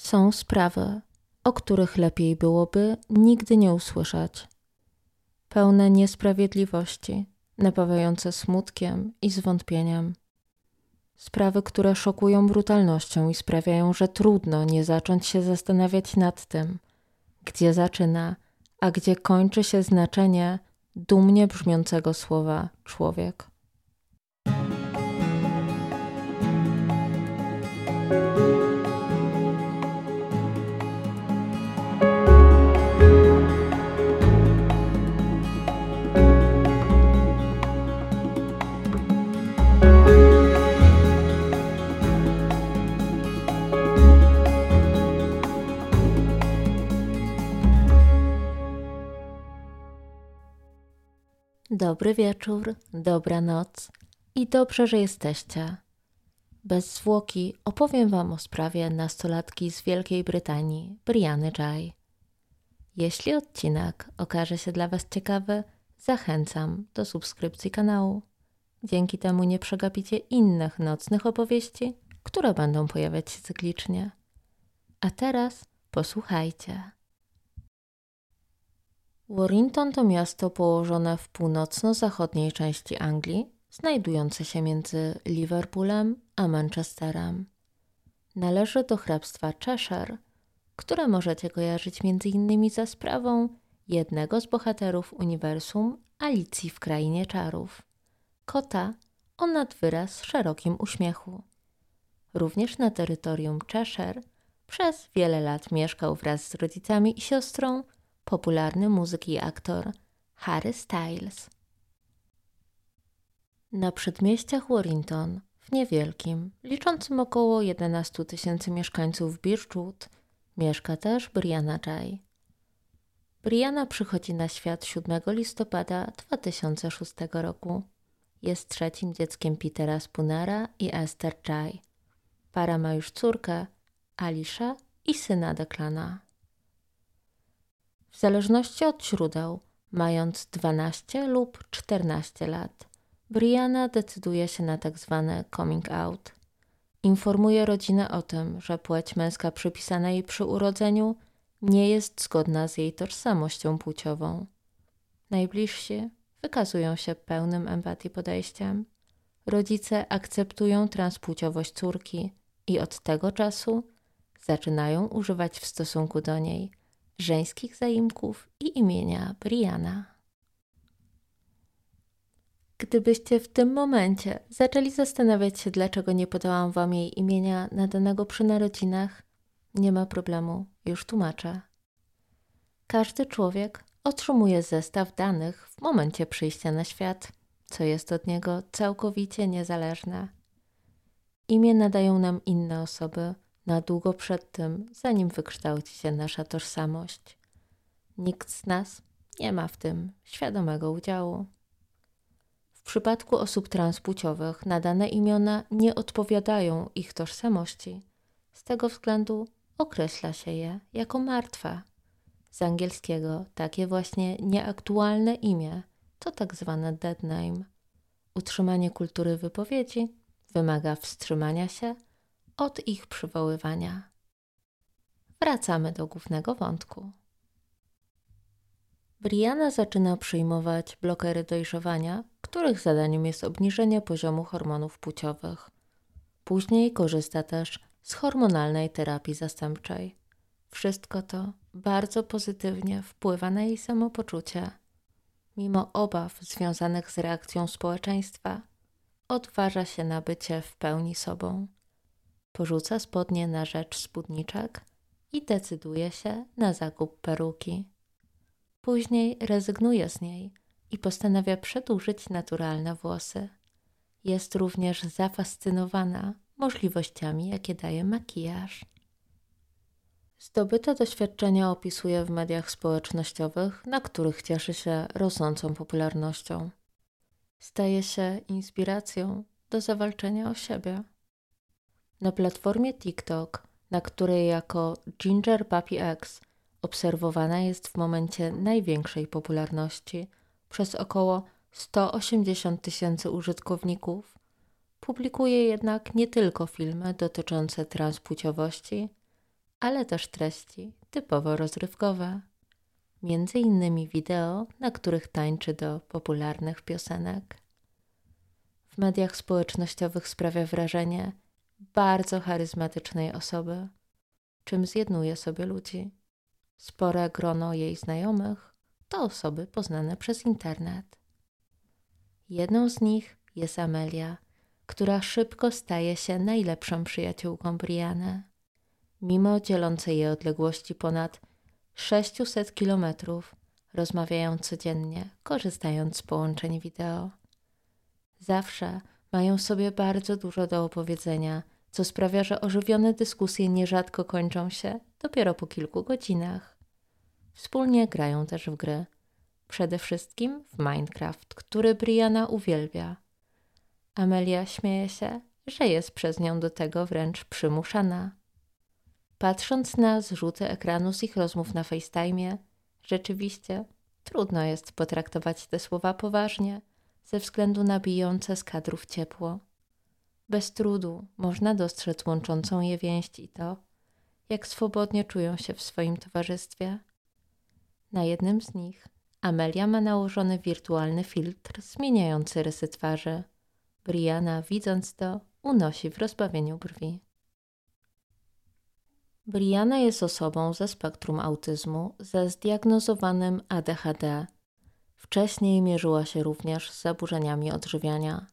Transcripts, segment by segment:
Są sprawy, o których lepiej byłoby nigdy nie usłyszeć. Pełne niesprawiedliwości, napawające smutkiem i zwątpieniem. Sprawy, które szokują brutalnością i sprawiają, że trudno nie zacząć się zastanawiać nad tym, gdzie zaczyna, a gdzie kończy się znaczenie dumnie brzmiącego słowa człowiek. Dobry wieczór, dobranoc i dobrze, że jesteście. Bez zwłoki opowiem wam o sprawie nastolatki z Wielkiej Brytanii, Brianny Ghey. Jeśli odcinek okaże się dla was ciekawy, zachęcam do subskrypcji kanału. Dzięki temu nie przegapicie innych nocnych opowieści, które będą pojawiać się cyklicznie. A teraz posłuchajcie. Warrington to miasto położone w północno-zachodniej części Anglii, znajdujące się między Liverpoolem a Manchesterem. Należy do hrabstwa Cheshire, które możecie kojarzyć m.in. za sprawą jednego z bohaterów uniwersum Alicji w Krainie Czarów, kota o nad wyraz szerokim uśmiechu. Również na terytorium Cheshire przez wiele lat mieszkał wraz z rodzicami i siostrą popularny muzyk i aktor Harry Styles. Na przedmieściach Warrington, w niewielkim, liczącym około 11 000 mieszkańców Birchwood, mieszka też Brianna Ghey. Brianna przychodzi na świat 7 listopada 2006 roku. Jest trzecim dzieckiem Petera Spoonera i Esther Ghey. Para ma już córkę, Alicia, i syna Declana. W zależności od źródeł, mając 12 lub 14 lat, Brianna decyduje się na tak zwany coming out. Informuje rodzinę o tym, że płeć męska przypisana jej przy urodzeniu nie jest zgodna z jej tożsamością płciową. Najbliżsi wykazują się pełnym empatii podejściem. Rodzice akceptują transpłciowość córki i od tego czasu zaczynają używać w stosunku do niej żeńskich zaimków i imienia Brianna. Gdybyście w tym momencie zaczęli zastanawiać się, dlaczego nie podałam wam jej imienia nadanego przy narodzinach, nie ma problemu, już tłumaczę. Każdy człowiek otrzymuje zestaw danych w momencie przyjścia na świat, co jest od niego całkowicie niezależne. Imię nadają nam inne osoby na długo przed tym, zanim wykształci się nasza tożsamość. Nikt z nas nie ma w tym świadomego udziału. W przypadku osób transpłciowych nadane imiona nie odpowiadają ich tożsamości. Z tego względu określa się je jako martwe. Z angielskiego takie właśnie nieaktualne imię to tak zwane dead name. Utrzymanie kultury wypowiedzi wymaga wstrzymania się od ich przywoływania. Wracamy do głównego wątku. Brianna zaczyna przyjmować blokery dojrzewania, których zadaniem jest obniżenie poziomu hormonów płciowych. Później korzysta też z hormonalnej terapii zastępczej. Wszystko to bardzo pozytywnie wpływa na jej samopoczucie. Mimo obaw związanych z reakcją społeczeństwa, odważa się na bycie w pełni sobą. Porzuca spodnie na rzecz spódniczek i decyduje się na zakup peruki. Później rezygnuje z niej i postanawia przedłużyć naturalne włosy. Jest również zafascynowana możliwościami, jakie daje makijaż. Zdobyte doświadczenia opisuje w mediach społecznościowych, na których cieszy się rosnącą popularnością. Staje się inspiracją do zawalczenia o siebie. Na platformie TikTok, na której jako Ginger Puppy X obserwowana jest w momencie największej popularności przez około 180 000 użytkowników, publikuje jednak nie tylko filmy dotyczące transpłciowości, ale też treści typowo rozrywkowe. Między innymi wideo, na których tańczy do popularnych piosenek. W mediach społecznościowych sprawia wrażenie bardzo charyzmatycznej osoby, czym zjednuje sobie ludzi. Spore grono jej znajomych to osoby poznane przez internet. Jedną z nich jest Amelia, która szybko staje się najlepszą przyjaciółką Briany. Mimo dzielącej je odległości ponad 600 kilometrów, rozmawiają codziennie, korzystając z połączeń wideo. Zawsze mają sobie bardzo dużo do opowiedzenia, co sprawia, że ożywione dyskusje nierzadko kończą się dopiero po kilku godzinach. Wspólnie grają też w gry. Przede wszystkim w Minecraft, który Brianna uwielbia. Amelia śmieje się, że jest przez nią do tego wręcz przymuszana. Patrząc na zrzuty ekranu z ich rozmów na FaceTime'ie, rzeczywiście trudno jest potraktować te słowa poważnie, ze względu na bijące z kadrów ciepło. Bez trudu można dostrzec łączącą je więź i to, jak swobodnie czują się w swoim towarzystwie. Na jednym z nich Amelia ma nałożony wirtualny filtr zmieniający rysy twarzy. Brianna, widząc to, unosi w rozbawieniu brwi. Brianna jest osobą ze spektrum autyzmu ze zdiagnozowanym ADHD. Wcześniej mierzyła się również z zaburzeniami odżywiania.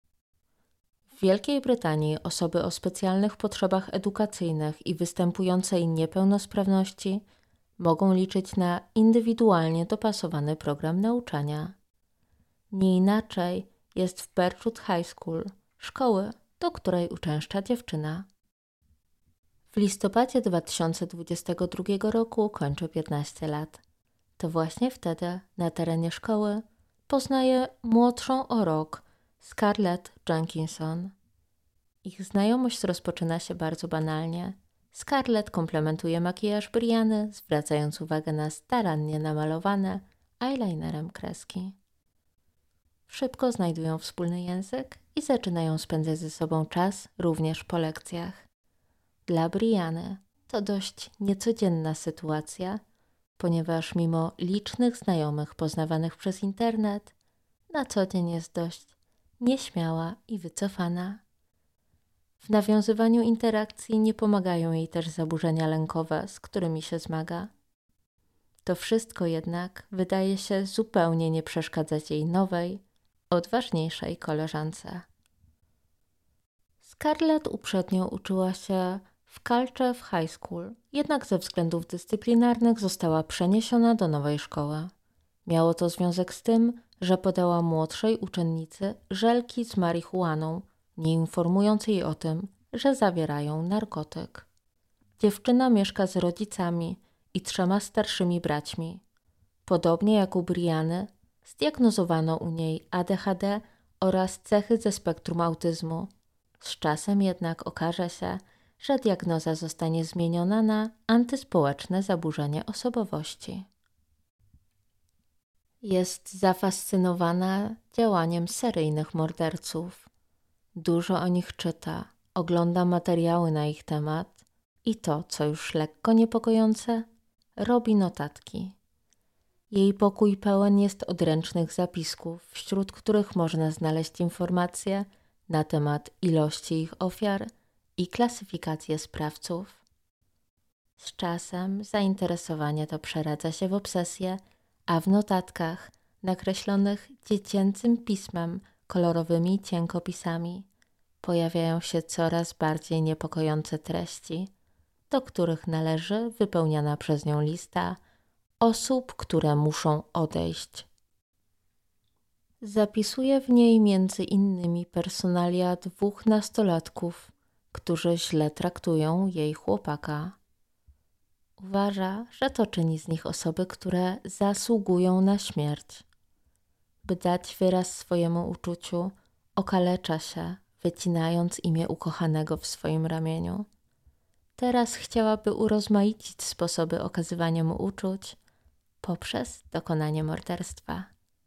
W Wielkiej Brytanii osoby o specjalnych potrzebach edukacyjnych i występującej niepełnosprawności mogą liczyć na indywidualnie dopasowany program nauczania. Nie inaczej jest w Birchwood High School, szkoły, do której uczęszcza dziewczyna. W listopadzie 2022 roku kończy 15 lat. To właśnie wtedy na terenie szkoły poznaje młodszą o rok Scarlett Jenkinson. Ich znajomość rozpoczyna się bardzo banalnie. Scarlett komplementuje makijaż Brianny, zwracając uwagę na starannie namalowane eyelinerem kreski. Szybko znajdują wspólny język i zaczynają spędzać ze sobą czas również po lekcjach. Dla Brianny to dość niecodzienna sytuacja, ponieważ mimo licznych znajomych poznawanych przez internet, na co dzień jest dość nieśmiała i wycofana. W nawiązywaniu interakcji nie pomagają jej też zaburzenia lękowe, z którymi się zmaga. To wszystko jednak wydaje się zupełnie nie przeszkadzać jej nowej, odważniejszej koleżance. Scarlett uprzednio uczyła się w Culture High School, jednak ze względów dyscyplinarnych została przeniesiona do nowej szkoły. Miało to związek z tym, że podała młodszej uczennicy żelki z marihuaną, nie informując jej o tym, że zawierają narkotyk. Dziewczyna mieszka z rodzicami i 3 starszymi braćmi. Podobnie jak u Brianny, zdiagnozowano u niej ADHD oraz cechy ze spektrum autyzmu. Z czasem jednak okaże się, że diagnoza zostanie zmieniona na antyspołeczne zaburzenie osobowości. Jest zafascynowana działaniem seryjnych morderców. Dużo o nich czyta, ogląda materiały na ich temat i to, co już lekko niepokojące, robi notatki. Jej pokój pełen jest odręcznych zapisków, wśród których można znaleźć informacje na temat ilości ich ofiar i klasyfikację sprawców. Z czasem zainteresowanie to przeradza się w obsesję, a w notatkach nakreślonych dziecięcym pismem, kolorowymi cienkopisami pojawiają się coraz bardziej niepokojące treści, do których należy wypełniana przez nią lista osób, które muszą odejść. Zapisuje w niej między innymi personalia 2 nastolatków, którzy źle traktują jej chłopaka. Uważa, że to czyni z nich osoby, które zasługują na śmierć. By dać wyraz swojemu uczuciu, okalecza się, wycinając imię ukochanego w swoim ramieniu. Teraz chciałaby urozmaicić sposoby okazywania mu uczuć poprzez dokonanie morderstwa.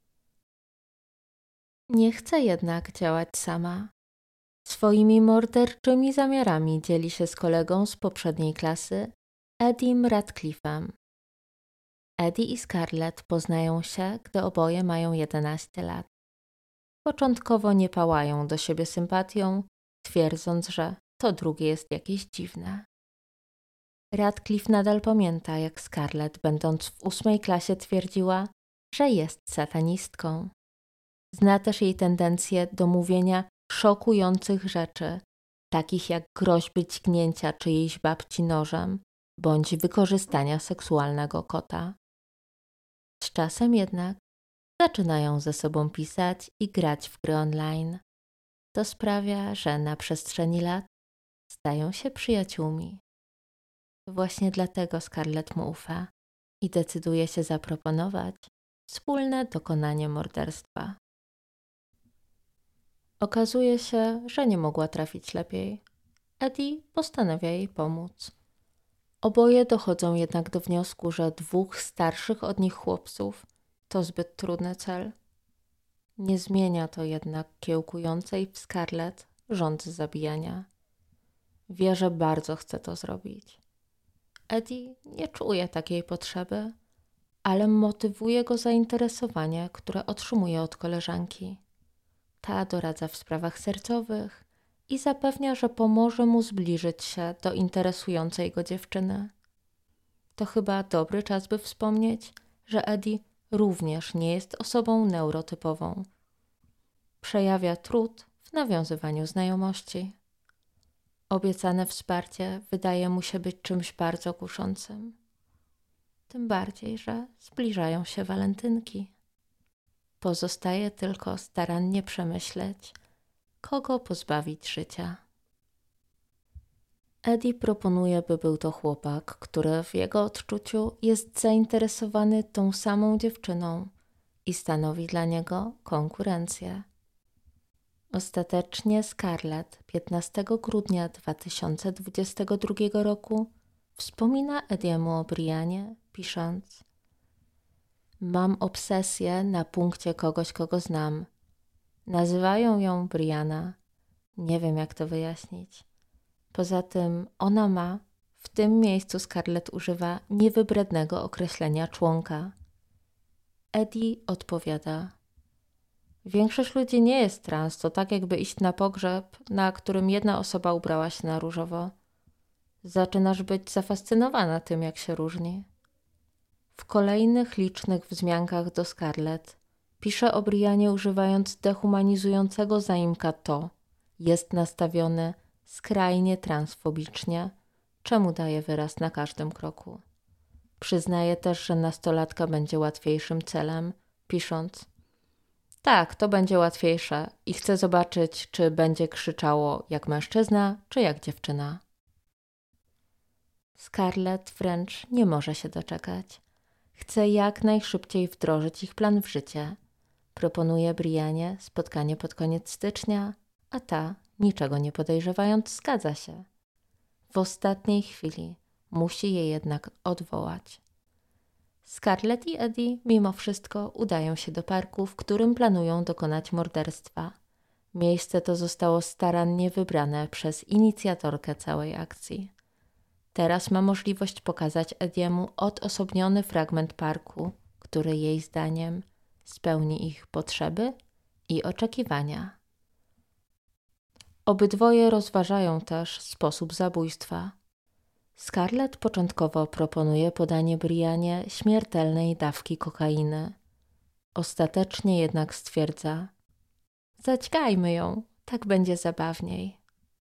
Nie chce jednak działać sama. Swoimi morderczymi zamiarami dzieli się z kolegą z poprzedniej klasy, Eddiem Radcliffem. Eddie i Scarlett poznają się, gdy oboje mają 11 lat. Początkowo nie pałają do siebie sympatią, twierdząc, że to drugie jest jakieś dziwne. Radcliffe nadal pamięta, jak Scarlett, będąc w 8 klasie, twierdziła, że jest satanistką. Zna też jej tendencję do mówienia szokujących rzeczy, takich jak groźby dźgnięcia czyjejś babci nożem bądź wykorzystania seksualnego kota. Z czasem jednak zaczynają ze sobą pisać i grać w gry online. To sprawia, że na przestrzeni lat stają się przyjaciółmi. Właśnie dlatego Scarlett mu ufa i decyduje się zaproponować wspólne dokonanie morderstwa. Okazuje się, że nie mogła trafić lepiej. Eddie postanawia jej pomóc. Oboje dochodzą jednak do wniosku, że 2 starszych od nich chłopców to zbyt trudny cel. Nie zmienia to jednak kiełkującej w Scarlett żądzy zabijania. Wie, że bardzo chce to zrobić. Eddie nie czuje takiej potrzeby, ale motywuje go zainteresowanie, które otrzymuje od koleżanki. Ta doradza w sprawach sercowych i zapewnia, że pomoże mu zbliżyć się do interesującej go dziewczyny. To chyba dobry czas, by wspomnieć, że Eddie również nie jest osobą neurotypową. Przejawia trud w nawiązywaniu znajomości. Obiecane wsparcie wydaje mu się być czymś bardzo kuszącym. Tym bardziej, że zbliżają się walentynki. Pozostaje tylko starannie przemyśleć, kogo pozbawić życia. Eddie proponuje, by był to chłopak, który w jego odczuciu jest zainteresowany tą samą dziewczyną i stanowi dla niego konkurencję. Ostatecznie Scarlett 15 grudnia 2022 roku wspomina Eddiemu o Brianie, pisząc: Mam obsesję na punkcie kogoś, kogo znam. Nazywają ją Brianna. Nie wiem, jak to wyjaśnić. Poza tym ona ma, w tym miejscu Scarlett używa niewybrednego określenia członka. Eddie odpowiada: Większość ludzi nie jest trans, to tak jakby iść na pogrzeb, na którym jedna osoba ubrała się na różowo. Zaczynasz być zafascynowana tym, jak się różni. W kolejnych licznych wzmiankach do Scarlett pisze o Brianie, używając dehumanizującego zaimka to jest nastawiony skrajnie transfobicznie, czemu daje wyraz na każdym kroku. Przyznaje też, że nastolatka będzie łatwiejszym celem, pisząc: Tak, to będzie łatwiejsze i chcę zobaczyć, czy będzie krzyczało jak mężczyzna, czy jak dziewczyna. Scarlett wręcz nie może się doczekać. Chce jak najszybciej wdrożyć ich plan w życie. Proponuje Brianie spotkanie pod koniec stycznia, a ta, niczego nie podejrzewając, zgadza się. W ostatniej chwili musi je jednak odwołać. Scarlett i Eddie mimo wszystko udają się do parku, w którym planują dokonać morderstwa. Miejsce to zostało starannie wybrane przez inicjatorkę całej akcji. Teraz ma możliwość pokazać Eddiemu odosobniony fragment parku, który jej zdaniem spełni ich potrzeby i oczekiwania. Obydwoje rozważają też sposób zabójstwa. Scarlett początkowo proponuje podanie Brianie śmiertelnej dawki kokainy. Ostatecznie jednak stwierdza: Zadźgajmy ją, tak będzie zabawniej.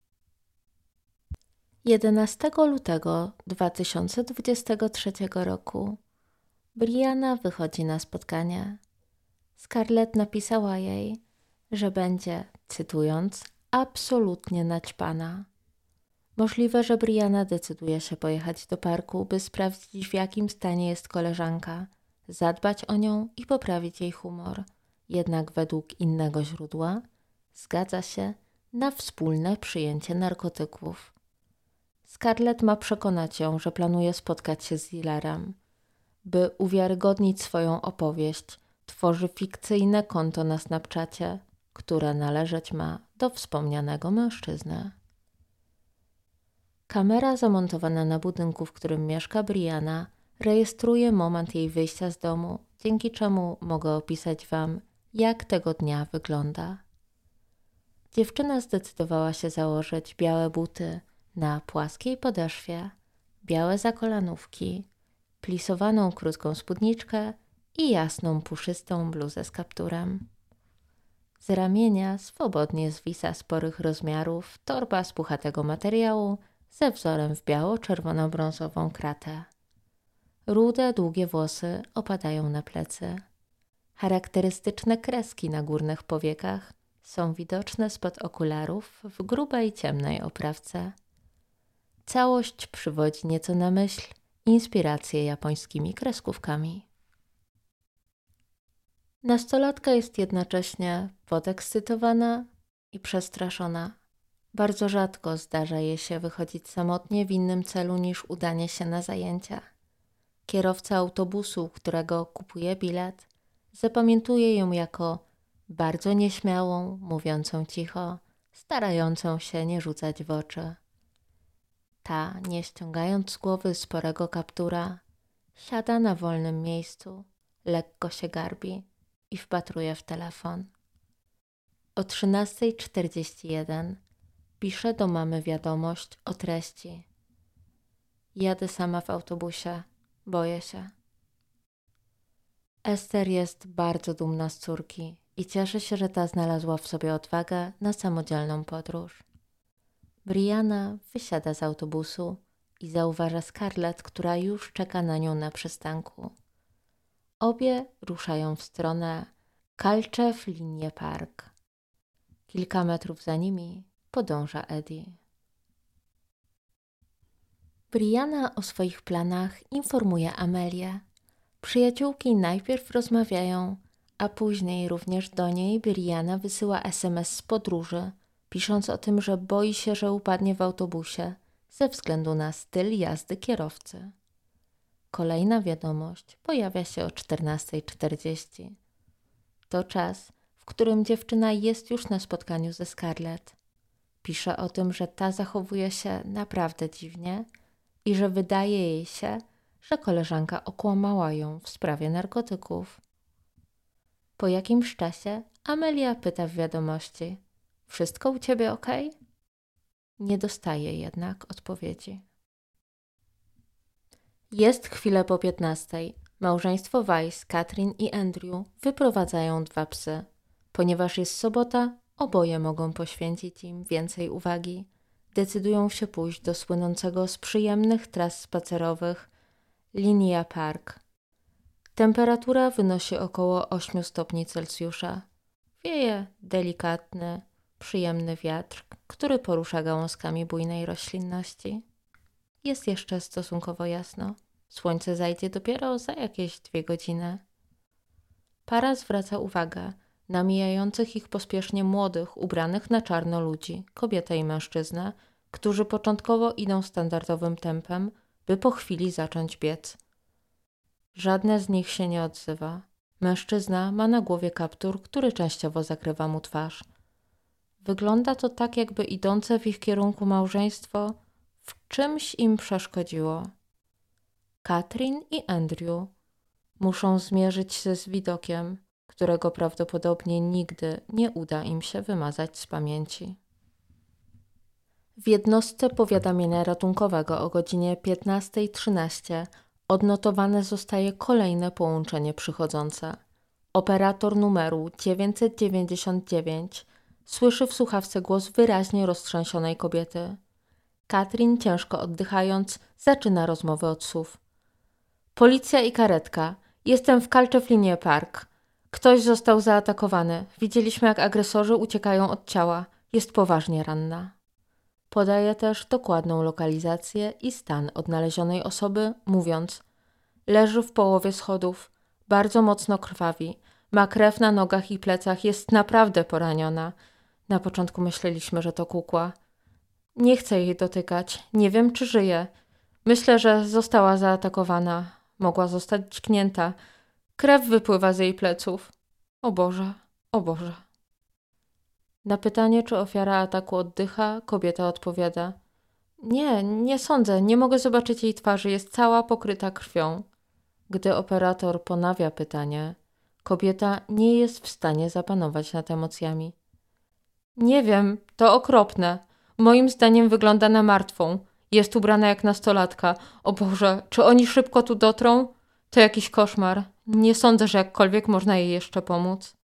11 lutego 2023 roku Brianna wychodzi na spotkanie. Scarlett napisała jej, że będzie, cytując, absolutnie naćpana. Możliwe, że Brianna decyduje się pojechać do parku, by sprawdzić, w jakim stanie jest koleżanka, zadbać o nią i poprawić jej humor. Jednak według innego źródła zgadza się na wspólne przyjęcie narkotyków. Scarlett ma przekonać ją, że planuje spotkać się z dealerem. By uwiarygodnić swoją opowieść, tworzy fikcyjne konto na Snapchacie, które należeć ma do wspomnianego mężczyzny. Kamera zamontowana na budynku, w którym mieszka Brianna, rejestruje moment jej wyjścia z domu, dzięki czemu mogę opisać Wam, jak tego dnia wygląda. Dziewczyna zdecydowała się założyć białe buty na płaskiej podeszwie, białe zakolanówki, plisowaną krótką spódniczkę i jasną, puszystą bluzę z kapturem. Z ramienia swobodnie zwisa sporych rozmiarów torba z puchatego materiału ze wzorem w biało-czerwono-brązową kratę. Rude, długie włosy opadają na plecy. Charakterystyczne kreski na górnych powiekach są widoczne spod okularów w grubej, ciemnej oprawce. Całość przywodzi nieco na myśl inspirację japońskimi kreskówkami. Nastolatka jest jednocześnie podekscytowana i przestraszona. Bardzo rzadko zdarza jej się wychodzić samotnie w innym celu niż udanie się na zajęcia. Kierowca autobusu, którego kupuje bilet, zapamiętuje ją jako bardzo nieśmiałą, mówiącą cicho, starającą się nie rzucać w oczy. Ta, nie ściągając z głowy sporego kaptura, siada na wolnym miejscu, lekko się garbi i wpatruje w telefon. O 13:41 pisze do mamy wiadomość o treści. Jadę sama w autobusie, boję się. Ester jest bardzo dumna z córki i cieszy się, że ta znalazła w sobie odwagę na samodzielną podróż. Brianna wysiada z autobusu i zauważa Scarlett, która już czeka na nią na przystanku. Obie ruszają w stronę Calczew Linie Park. Kilka metrów za nimi podąża Eddie. Brianna o swoich planach informuje Amelię. Przyjaciółki najpierw rozmawiają, a później również do niej Brianna wysyła SMS z podróży, pisząc o tym, że boi się, że upadnie w autobusie ze względu na styl jazdy kierowcy. Kolejna wiadomość pojawia się o 14:40. To czas, w którym dziewczyna jest już na spotkaniu ze Scarlett. Pisze o tym, że ta zachowuje się naprawdę dziwnie i że wydaje jej się, że koleżanka okłamała ją w sprawie narkotyków. Po jakimś czasie Amelia pyta w wiadomości: wszystko u ciebie okej? Nie dostaje jednak odpowiedzi. Jest chwilę po 15:00. Małżeństwo Weiss, Katrin i Andrew wyprowadzają 2 psy. Ponieważ jest sobota, oboje mogą poświęcić im więcej uwagi. Decydują się pójść do słynącego z przyjemnych tras spacerowych Linia Park. Temperatura wynosi około 8 stopni Celsjusza. Wieje delikatny, przyjemny wiatr, który porusza gałązkami bujnej roślinności. Jest jeszcze stosunkowo jasno. Słońce zajdzie dopiero za jakieś 2 godziny. Para zwraca uwagę na mijających ich pospiesznie młodych, ubranych na czarno ludzi, kobietę i mężczyznę, którzy początkowo idą standardowym tempem, by po chwili zacząć biec. Żadne z nich się nie odzywa. Mężczyzna ma na głowie kaptur, który częściowo zakrywa mu twarz. Wygląda to tak, jakby idące w ich kierunku małżeństwo w czymś im przeszkodziło. Katrin i Andrew muszą zmierzyć się z widokiem, którego prawdopodobnie nigdy nie uda im się wymazać z pamięci. W jednostce powiadamiania ratunkowego o godzinie 15:13 odnotowane zostaje kolejne połączenie przychodzące. Operator numeru 999 słyszy w słuchawce głos wyraźnie roztrzęsionej kobiety. Katrin, ciężko oddychając, zaczyna rozmowę od słów. Policja i karetka. Jestem w Calczew Linie Park. Ktoś został zaatakowany. Widzieliśmy, jak agresorzy uciekają od ciała. Jest poważnie ranna. Podaje też dokładną lokalizację i stan odnalezionej osoby, mówiąc: leży w połowie schodów, bardzo mocno krwawi, ma krew na nogach i plecach, jest naprawdę poraniona. Na początku myśleliśmy, że to kukła. Nie chcę jej dotykać, nie wiem, czy żyje. Myślę, że została zaatakowana. Mogła zostać dźgnięta. Krew wypływa z jej pleców. O Boże, o Boże. Na pytanie, czy ofiara ataku oddycha, kobieta odpowiada: Nie sądzę, nie mogę zobaczyć jej twarzy, jest cała pokryta krwią. Gdy operator ponawia pytanie, kobieta nie jest w stanie zapanować nad emocjami. Nie wiem, to okropne. Moim zdaniem wygląda na martwą. Jest ubrana jak nastolatka. O Boże, czy oni szybko tu dotrą? To jakiś koszmar. Nie sądzę, że jakkolwiek można jej jeszcze pomóc.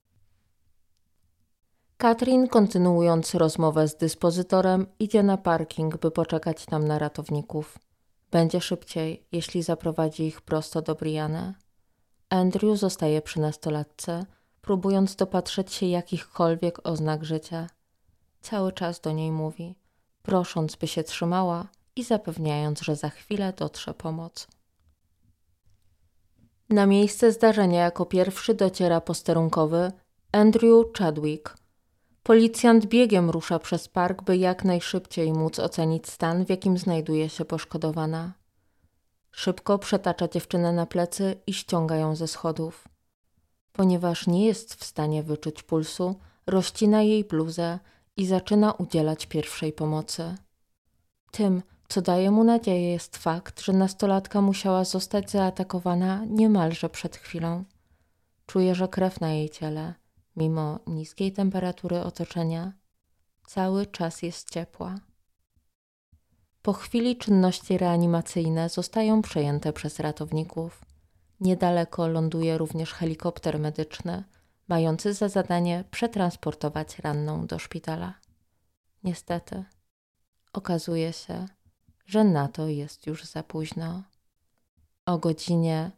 Katrin, kontynuując rozmowę z dyspozytorem, idzie na parking, by poczekać tam na ratowników. Będzie szybciej, jeśli zaprowadzi ich prosto do Briany. Andrew zostaje przy nastolatce, próbując dopatrzeć się jakichkolwiek oznak życia. Cały czas do niej mówi, prosząc, by się trzymała i zapewniając, że za chwilę dotrze pomoc. Na miejsce zdarzenia jako pierwszy dociera posterunkowy Andrew Chadwick. Policjant biegiem rusza przez park, by jak najszybciej móc ocenić stan, w jakim znajduje się poszkodowana. Szybko przetacza dziewczynę na plecy i ściąga ją ze schodów. Ponieważ nie jest w stanie wyczuć pulsu, rozcina jej bluzę i zaczyna udzielać pierwszej pomocy. Tym, co daje mu nadzieję, jest fakt, że nastolatka musiała zostać zaatakowana niemalże przed chwilą. Czuje, że krew na jej ciele, mimo niskiej temperatury otoczenia, cały czas jest ciepła. Po chwili czynności reanimacyjne zostają przejęte przez ratowników. Niedaleko ląduje również helikopter medyczny, mający za zadanie przetransportować ranną do szpitala. Niestety, okazuje się, że na to jest już za późno. O godzinie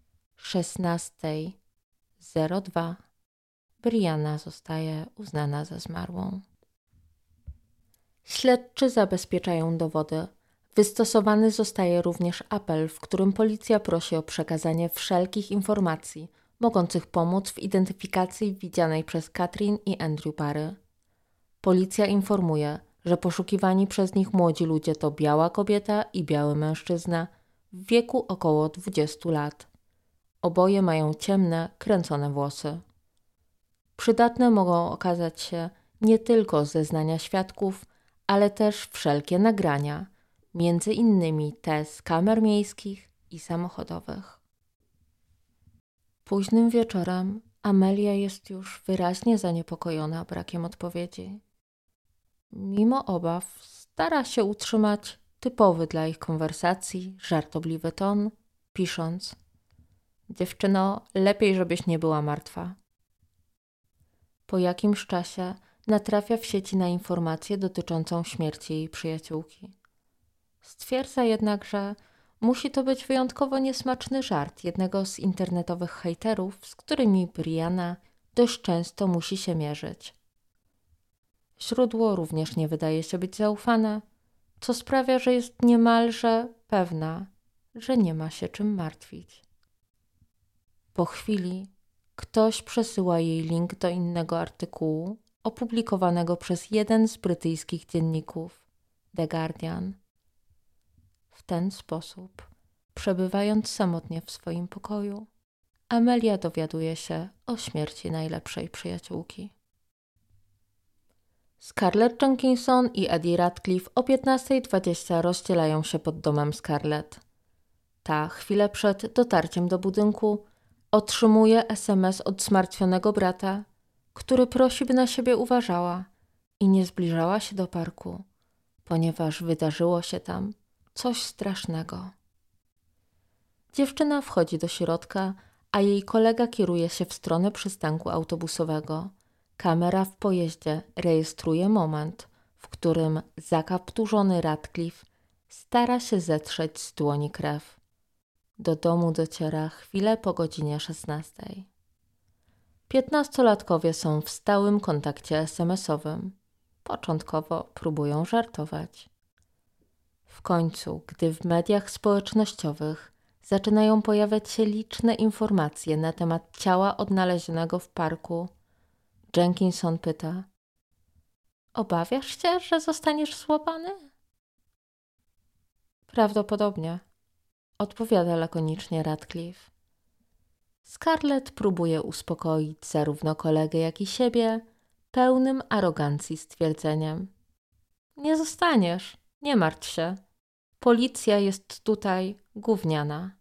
16:02 Brianna zostaje uznana za zmarłą. Śledczy zabezpieczają dowody. Wystosowany zostaje również apel, w którym policja prosi o przekazanie wszelkich informacji mogących pomóc w identyfikacji widzianej przez Katrin i Andrew pary. Policja informuje, że poszukiwani przez nich młodzi ludzie to biała kobieta i biały mężczyzna w wieku około 20 lat. Oboje mają ciemne, kręcone włosy. Przydatne mogą okazać się nie tylko zeznania świadków, ale też wszelkie nagrania, między innymi te z kamer miejskich i samochodowych. Późnym wieczorem Amelia jest już wyraźnie zaniepokojona brakiem odpowiedzi. Mimo obaw stara się utrzymać typowy dla ich konwersacji, żartobliwy ton, pisząc: dziewczyno, lepiej żebyś nie była martwa. Po jakimś czasie natrafia w sieci na informację dotyczącą śmierci jej przyjaciółki. Stwierdza jednak, że musi to być wyjątkowo niesmaczny żart jednego z internetowych hejterów, z którymi Brianna dość często musi się mierzyć. Źródło również nie wydaje się być zaufane, co sprawia, że jest niemalże pewna, że nie ma się czym martwić. Po chwili ktoś przesyła jej link do innego artykułu opublikowanego przez jeden z brytyjskich dzienników, The Guardian. W ten sposób, przebywając samotnie w swoim pokoju, Amelia dowiaduje się o śmierci najlepszej przyjaciółki. Scarlett Jenkinson i Eddie Radcliffe o 15:20 rozdzielają się pod domem Scarlett. Ta chwilę przed dotarciem do budynku otrzymuje SMS od zmartwionego brata, który prosi, by na siebie uważała i nie zbliżała się do parku, ponieważ wydarzyło się tam coś strasznego. Dziewczyna wchodzi do środka, a jej kolega kieruje się w stronę przystanku autobusowego. Kamera w pojeździe rejestruje moment, w którym zakapturzony Radcliffe stara się zetrzeć z dłoni krew. Do domu dociera chwilę po godzinie 16:00. 15-latkowie są w stałym kontakcie SMS-owym. Początkowo próbują żartować. W końcu, gdy w mediach społecznościowych zaczynają pojawiać się liczne informacje na temat ciała odnalezionego w parku, Jenkinson pyta: obawiasz się, że zostaniesz złapany? Prawdopodobnie, odpowiada lakonicznie Radcliffe. Scarlett próbuje uspokoić zarówno kolegę, jak i siebie pełnym arogancji stwierdzeniem: nie zostaniesz, Nie martw się. Policja jest tutaj gówniana.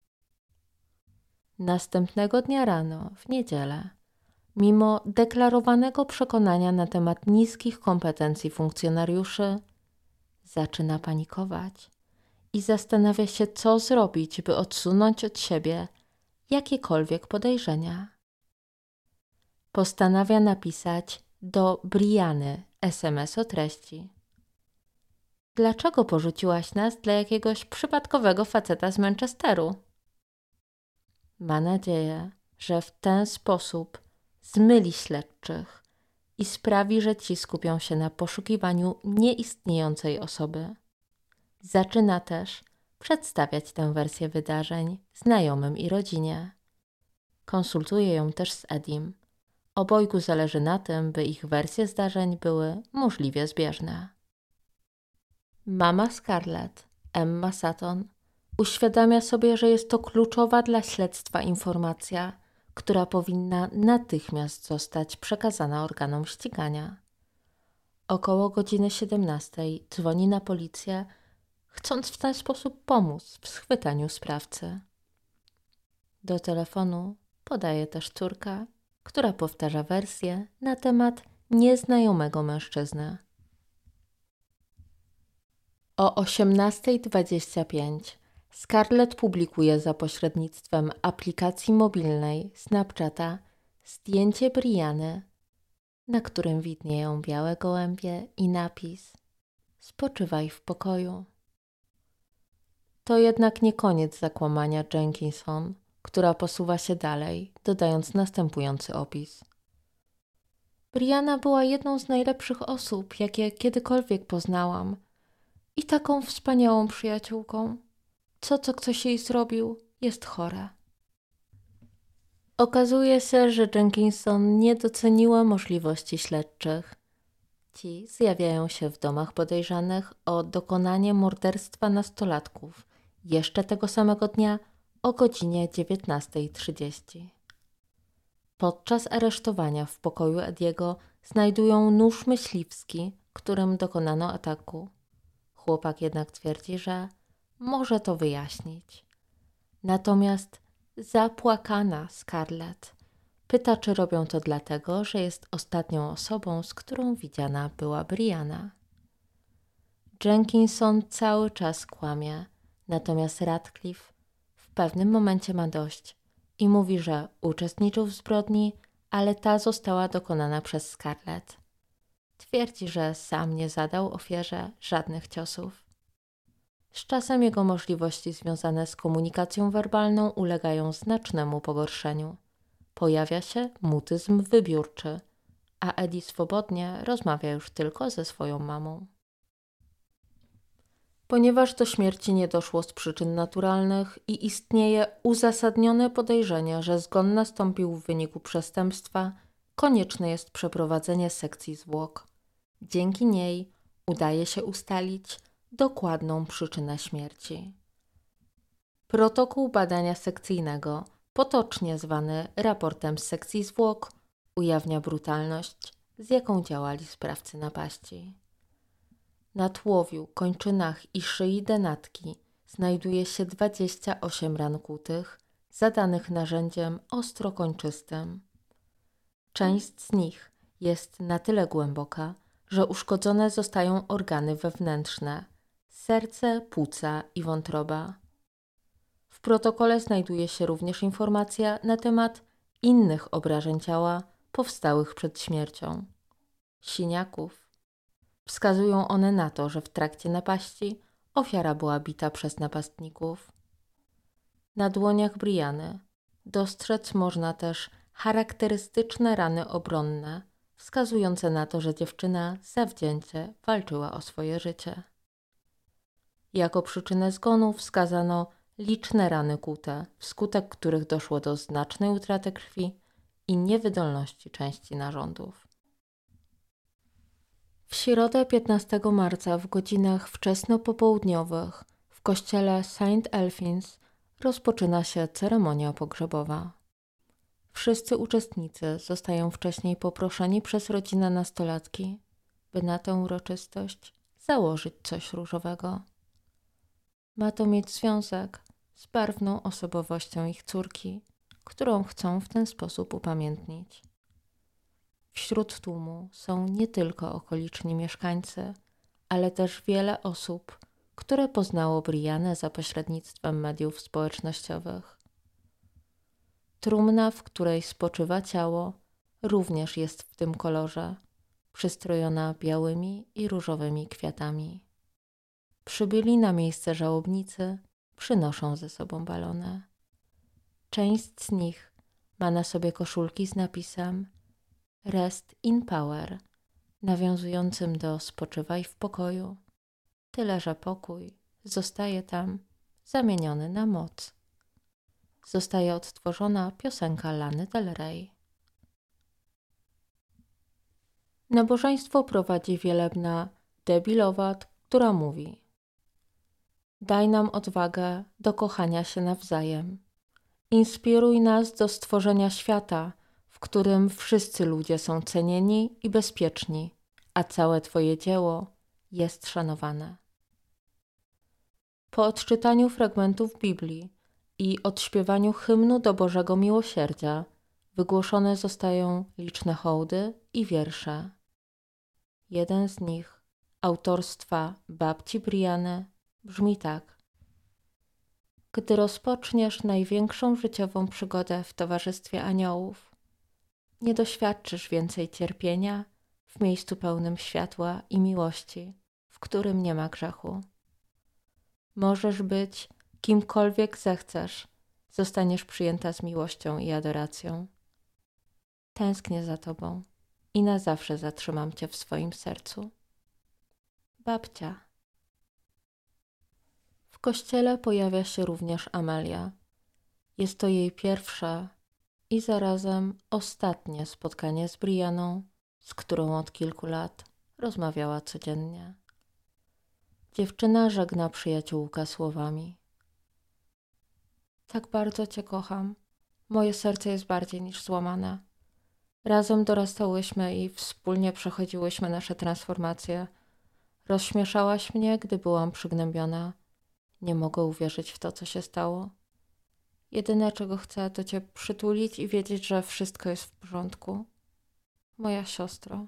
Następnego dnia rano, w niedzielę, mimo deklarowanego przekonania na temat niskich kompetencji funkcjonariuszy, zaczyna panikować i zastanawia się, co zrobić, by odsunąć od siebie jakiekolwiek podejrzenia. Postanawia napisać do Briany SMS o treści: dlaczego porzuciłaś nas dla jakiegoś przypadkowego faceta z Manchesteru? Ma nadzieję, że w ten sposób zmyli śledczych i sprawi, że ci skupią się na poszukiwaniu nieistniejącej osoby. Zaczyna też przedstawiać tę wersję wydarzeń znajomym i rodzinie. Konsultuje ją też z Edim. Obojgu zależy na tym, by ich wersje zdarzeń były możliwie zbieżne. Mama Scarlett, Emma Sutton, uświadamia sobie, że jest to kluczowa dla śledztwa informacja, która powinna natychmiast zostać przekazana organom ścigania. Około godziny 17 dzwoni na policję, chcąc w ten sposób pomóc w schwytaniu sprawcy. Do telefonu podaje też córka, która powtarza wersję na temat nieznajomego mężczyzny. O 18:25 Scarlett publikuje za pośrednictwem aplikacji mobilnej Snapchata zdjęcie Briany, na którym widnieją białe gołębie i napis: spoczywaj w pokoju. To jednak nie koniec zakłamania Jenkinson, która posuwa się dalej, dodając następujący opis. Briana była jedną z najlepszych osób, jakie kiedykolwiek poznałam i taką wspaniałą przyjaciółką. Co ktoś jej zrobił, jest chore. Okazuje się, że Jenkinson nie doceniła możliwości śledczych. Ci zjawiają się w domach podejrzanych o dokonanie morderstwa nastolatków jeszcze tego samego dnia o godzinie 19:30. Podczas aresztowania w pokoju Ediego znajdują nóż myśliwski, którym dokonano ataku. Chłopak jednak twierdzi, że może to wyjaśnić. Natomiast zapłakana Scarlett pyta, czy robią to dlatego, że jest ostatnią osobą, z którą widziana była Briana. Jenkinson cały czas kłamie, natomiast Radcliffe w pewnym momencie ma dość i mówi, że uczestniczył w zbrodni, ale ta została dokonana przez Scarlett. Twierdzi, że sam nie zadał ofierze żadnych ciosów. Z czasem jego możliwości związane z komunikacją werbalną ulegają znacznemu pogorszeniu. Pojawia się mutyzm wybiórczy, a Eddie swobodnie rozmawia już tylko ze swoją mamą. Ponieważ do śmierci nie doszło z przyczyn naturalnych i istnieje uzasadnione podejrzenie, że zgon nastąpił w wyniku przestępstwa, konieczne jest przeprowadzenie sekcji zwłok. Dzięki niej udaje się ustalić dokładną przyczynę śmierci. Protokół badania sekcyjnego, potocznie zwany raportem z sekcji zwłok, ujawnia brutalność, z jaką działali sprawcy napaści. Na tułowiu, kończynach i szyi denatki znajduje się 28 ran kutych, zadanych narzędziem ostrokończystym. Część z nich jest na tyle głęboka, że uszkodzone zostają organy wewnętrzne, serce, płuca i wątroba. W protokole znajduje się również informacja na temat innych obrażeń ciała powstałych przed śmiercią. Siniaków. Wskazują one na to, że w trakcie napaści ofiara była bita przez napastników. Na dłoniach Briany dostrzec można też charakterystyczne rany obronne, wskazujące na to, że dziewczyna zawzięcie walczyła o swoje życie. Jako przyczynę zgonu wskazano liczne rany kute, wskutek których doszło do znacznej utraty krwi i niewydolności części narządów. W środę 15 marca w godzinach wczesnopopołudniowych w kościele St. Elphins rozpoczyna się ceremonia pogrzebowa. Wszyscy uczestnicy zostają wcześniej poproszeni przez rodzinę nastolatki, by na tę uroczystość założyć coś różowego. Ma to mieć związek z barwną osobowością ich córki, którą chcą w ten sposób upamiętnić. Wśród tłumu są nie tylko okoliczni mieszkańcy, ale też wiele osób, które poznało Briannę za pośrednictwem mediów społecznościowych. Trumna, w której spoczywa ciało, również jest w tym kolorze, przystrojona białymi i różowymi kwiatami. Przybyli na miejsce żałobnicy przynoszą ze sobą balony. Część z nich ma na sobie koszulki z napisem Rest in Power, nawiązującym do spoczywaj w pokoju, tyle że pokój zostaje tam zamieniony na moc. Zostaje odtworzona piosenka Lany Del Rey. Nabożeństwo prowadzi wielebna Debbie Lovat, która mówi: daj nam odwagę do kochania się nawzajem. Inspiruj nas do stworzenia świata, w którym wszyscy ludzie są cenieni i bezpieczni, a całe Twoje dzieło jest szanowane. Po odczytaniu fragmentów Biblii i odśpiewaniu hymnu do Bożego Miłosierdzia wygłoszone zostają liczne hołdy i wiersze. Jeden z nich, autorstwa babci Brianny, brzmi tak: gdy rozpoczniesz największą życiową przygodę w towarzystwie aniołów, nie doświadczysz więcej cierpienia w miejscu pełnym światła i miłości, w którym nie ma grzechu. Możesz być kimkolwiek zechcesz, zostaniesz przyjęta z miłością i adoracją. Tęsknię za Tobą i na zawsze zatrzymam Cię w swoim sercu. Babcia. W kościele pojawia się również Amelia. Jest to jej pierwsze i zarazem ostatnie spotkanie z Brianną, z którą od kilku lat rozmawiała codziennie. Dziewczyna żegna przyjaciółkę słowami: tak bardzo Cię kocham. Moje serce jest bardziej niż złamane. Razem dorastałyśmy i wspólnie przechodziłyśmy nasze transformacje. Rozśmieszałaś mnie, gdy byłam przygnębiona. Nie mogę uwierzyć w to, co się stało. Jedyne, czego chcę, to Cię przytulić i wiedzieć, że wszystko jest w porządku. Moja siostro.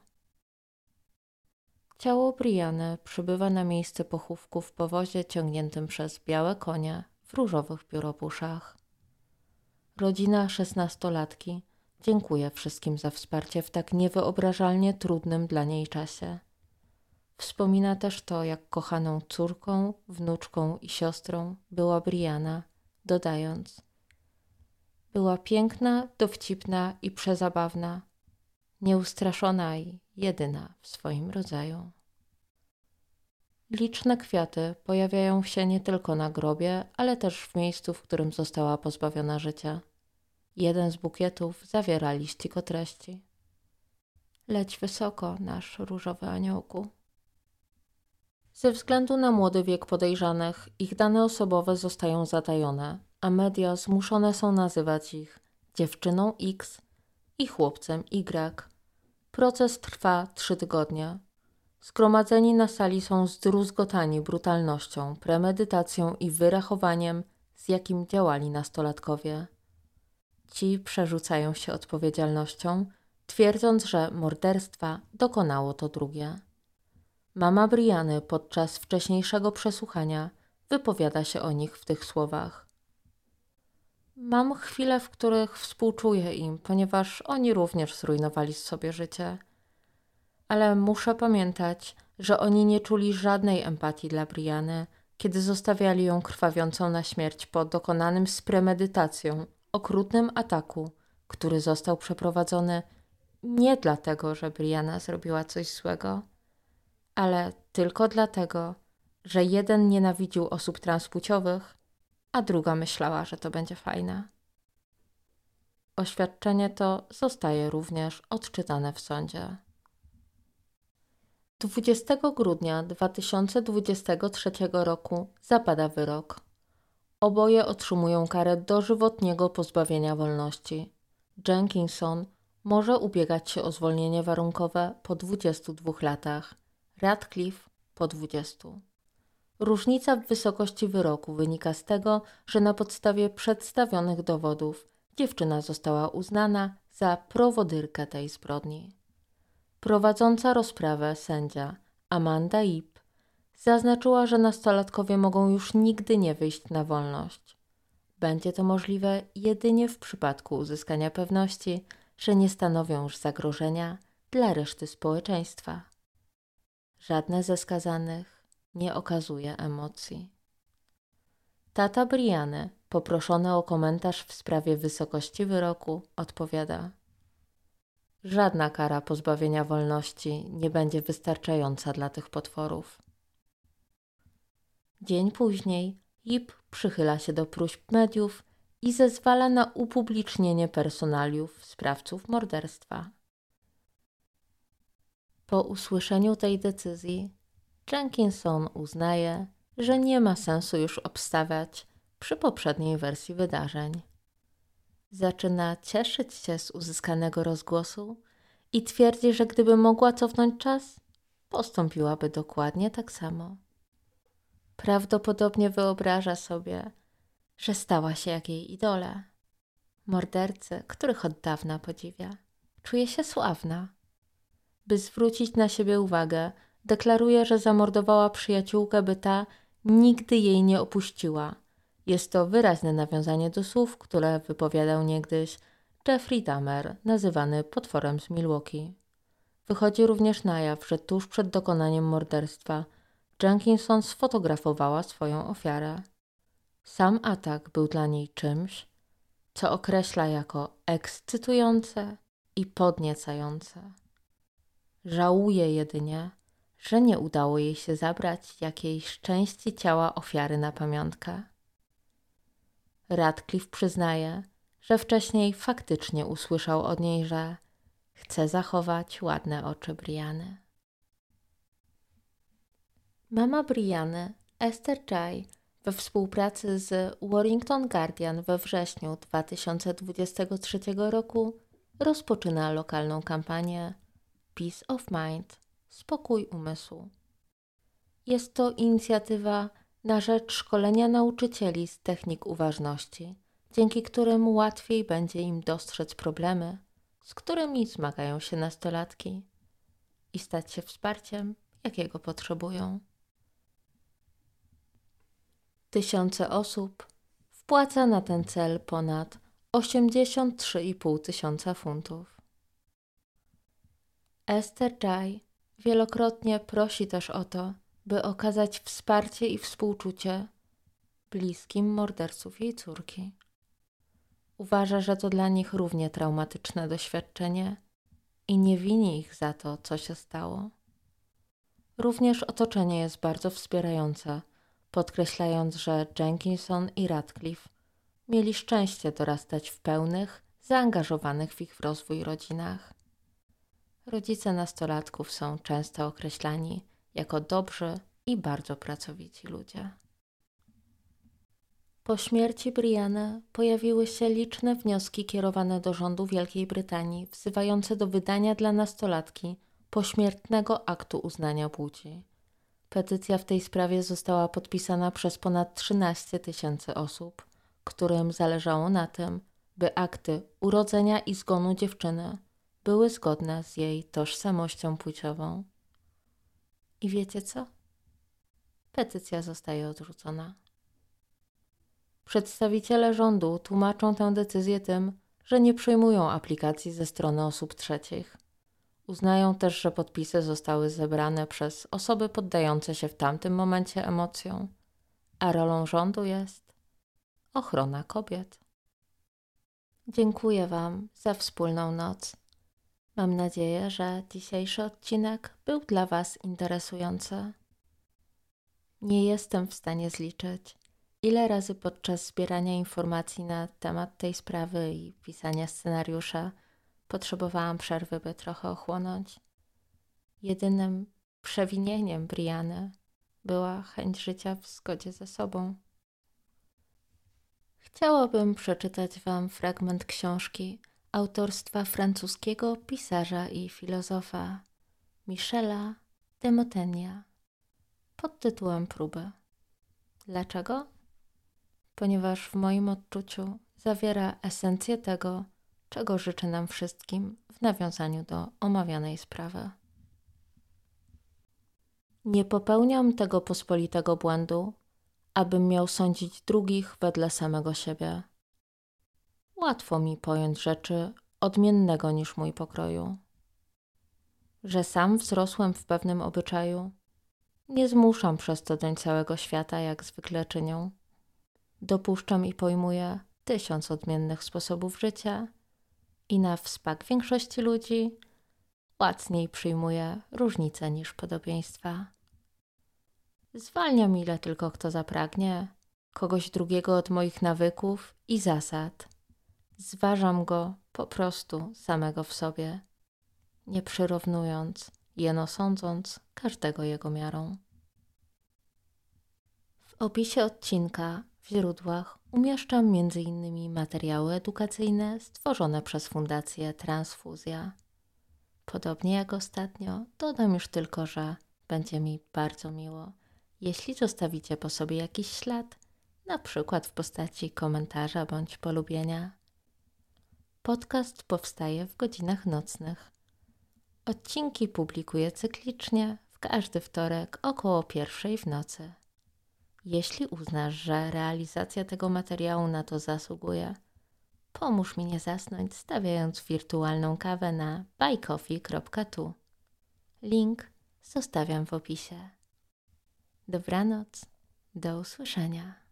Ciało Brianny przybywa na miejsce pochówku w powozie ciągniętym przez białe konie w różowych pióropuszach. Rodzina 16-latki dziękuję wszystkim za wsparcie w tak niewyobrażalnie trudnym dla niej czasie. Wspomina też to, jak kochaną córką, wnuczką i siostrą była Brianna, dodając: była piękna, dowcipna i przezabawna, nieustraszona i jedyna w swoim rodzaju. Liczne kwiaty pojawiają się nie tylko na grobie, ale też w miejscu, w którym została pozbawiona życia. Jeden z bukietów zawiera liścik o treści: leć wysoko, nasz różowy aniołku. Ze względu na młody wiek podejrzanych, ich dane osobowe zostają zatajone, a media zmuszone są nazywać ich dziewczyną X i chłopcem Y. Proces trwa 3 tygodnie. Zgromadzeni na sali są zdruzgotani brutalnością, premedytacją i wyrachowaniem, z jakim działali nastolatkowie. Ci przerzucają się odpowiedzialnością, twierdząc, że morderstwa dokonało to drugie. Mama Brianny podczas wcześniejszego przesłuchania wypowiada się o nich w tych słowach: mam chwile, w których współczuję im, ponieważ oni również zrujnowali sobie życie. Ale muszę pamiętać, że oni nie czuli żadnej empatii dla Brianny, kiedy zostawiali ją krwawiącą na śmierć po dokonanym z premedytacją okrutnym ataku, który został przeprowadzony nie dlatego, że Brianna zrobiła coś złego, ale tylko dlatego, że jeden nienawidził osób transpłciowych, a druga myślała, że to będzie fajne. Oświadczenie to zostaje również odczytane w sądzie. 20 grudnia 2023 roku zapada wyrok. Oboje otrzymują karę dożywotniego pozbawienia wolności. Jenkinson może ubiegać się o zwolnienie warunkowe po 22 latach. Radcliffe po 20. Różnica w wysokości wyroku wynika z tego, że na podstawie przedstawionych dowodów dziewczyna została uznana za prowodyrkę tej zbrodni. Prowadząca rozprawę sędzia Amanda Yip zaznaczyła, że nastolatkowie mogą już nigdy nie wyjść na wolność. Będzie to możliwe jedynie w przypadku uzyskania pewności, że nie stanowią już zagrożenia dla reszty społeczeństwa. Żadne ze skazanych nie okazuje emocji. Tata Briany, poproszony o komentarz w sprawie wysokości wyroku, odpowiada: żadna kara pozbawienia wolności nie będzie wystarczająca dla tych potworów. Dzień później Yip przychyla się do próśb mediów i zezwala na upublicznienie personaliów sprawców morderstwa. Po usłyszeniu tej decyzji Jenkinson uznaje, że nie ma sensu już obstawiać przy poprzedniej wersji wydarzeń. Zaczyna cieszyć się z uzyskanego rozgłosu i twierdzi, że gdyby mogła cofnąć czas, postąpiłaby dokładnie tak samo. Prawdopodobnie wyobraża sobie, że stała się jak jej idole. Mordercy, których od dawna podziwia. Czuje się sławna. By zwrócić na siebie uwagę, deklaruje, że zamordowała przyjaciółkę, by ta nigdy jej nie opuściła. Jest to wyraźne nawiązanie do słów, które wypowiadał niegdyś Jeffrey Dahmer, nazywany potworem z Milwaukee. Wychodzi również na jaw, że tuż przed dokonaniem morderstwa Jenkinson sfotografowała swoją ofiarę. Sam atak był dla niej czymś, co określa jako ekscytujące i podniecające. Żałuje jedynie, że nie udało jej się zabrać jakiejś części ciała ofiary na pamiątkę. Radcliffe przyznaje, że wcześniej faktycznie usłyszał od niej, że chce zachować ładne oczy Briany. Mama Briany, Esther Jay, we współpracy z Warrington Guardian we wrześniu 2023 roku rozpoczyna lokalną kampanię Peace of Mind – spokój umysłu. Jest to inicjatywa na rzecz szkolenia nauczycieli z technik uważności, dzięki którym łatwiej będzie im dostrzec problemy, z którymi zmagają się nastolatki i stać się wsparciem, jakiego potrzebują. Tysiące osób wpłaca na ten cel ponad 83,5 tysiąca funtów. Esther Jay wielokrotnie prosi też o to, by okazać wsparcie i współczucie bliskim morderców jej córki. Uważa, że to dla nich równie traumatyczne doświadczenie i nie wini ich za to, co się stało. Również otoczenie jest bardzo wspierające, podkreślając, że Jenkinson i Radcliffe mieli szczęście dorastać w pełnych, zaangażowanych w ich rozwój rodzinach. Rodzice nastolatków są często określani jako dobrzy i bardzo pracowici ludzie. Po śmierci Briany pojawiły się liczne wnioski kierowane do rządu Wielkiej Brytanii, wzywające do wydania dla nastolatki pośmiertnego aktu uznania płci. Petycja w tej sprawie została podpisana przez ponad 13 tysięcy osób, którym zależało na tym, by akty urodzenia i zgonu dziewczyny były zgodne z jej tożsamością płciową. I wiecie co? Petycja zostaje odrzucona. Przedstawiciele rządu tłumaczą tę decyzję tym, że nie przyjmują aplikacji ze strony osób trzecich. Uznają też, że podpisy zostały zebrane przez osoby poddające się w tamtym momencie emocjom, a rolą rządu jest ochrona kobiet. Dziękuję Wam za wspólną noc. Mam nadzieję, że dzisiejszy odcinek był dla Was interesujący. Nie jestem w stanie zliczyć, ile razy podczas zbierania informacji na temat tej sprawy i pisania scenariusza potrzebowałam przerwy, by trochę ochłonąć. Jedynym przewinieniem Briany była chęć życia w zgodzie ze sobą. Chciałabym przeczytać Wam fragment książki autorstwa francuskiego pisarza i filozofa Michela de Montaigne pod tytułem próby. Dlaczego? Ponieważ w moim odczuciu zawiera esencję tego, czego życzę nam wszystkim w nawiązaniu do omawianej sprawy. Nie popełniam tego pospolitego błędu, abym miał sądzić drugich wedle samego siebie. Łatwo mi pojąć rzeczy odmiennego niż mój pokroju. Że sam wzrosłem w pewnym obyczaju, nie zmuszam przez to doń całego świata, jak zwykle czynią. Dopuszczam i pojmuję 1000 odmiennych sposobów życia i na wspak większości ludzi łatwiej przyjmuję różnice niż podobieństwa. Zwalniam ile tylko kto zapragnie, kogoś drugiego od moich nawyków i zasad. Zważam go po prostu samego w sobie, nie przyrównując, jeno sądząc każdego jego miarą. W opisie odcinka w źródłach umieszczam m.in. materiały edukacyjne stworzone przez Fundację Transfuzja. Podobnie jak ostatnio, dodam już tylko, że będzie mi bardzo miło, jeśli zostawicie po sobie jakiś ślad, na przykład w postaci komentarza bądź polubienia. Podcast powstaje w godzinach nocnych. Odcinki publikuję cyklicznie w każdy wtorek około 1:00 w nocy. Jeśli uznasz, że realizacja tego materiału na to zasługuje, pomóż mi nie zasnąć stawiając wirtualną kawę na buycoffee.tu. Link zostawiam w opisie. Dobranoc, do usłyszenia.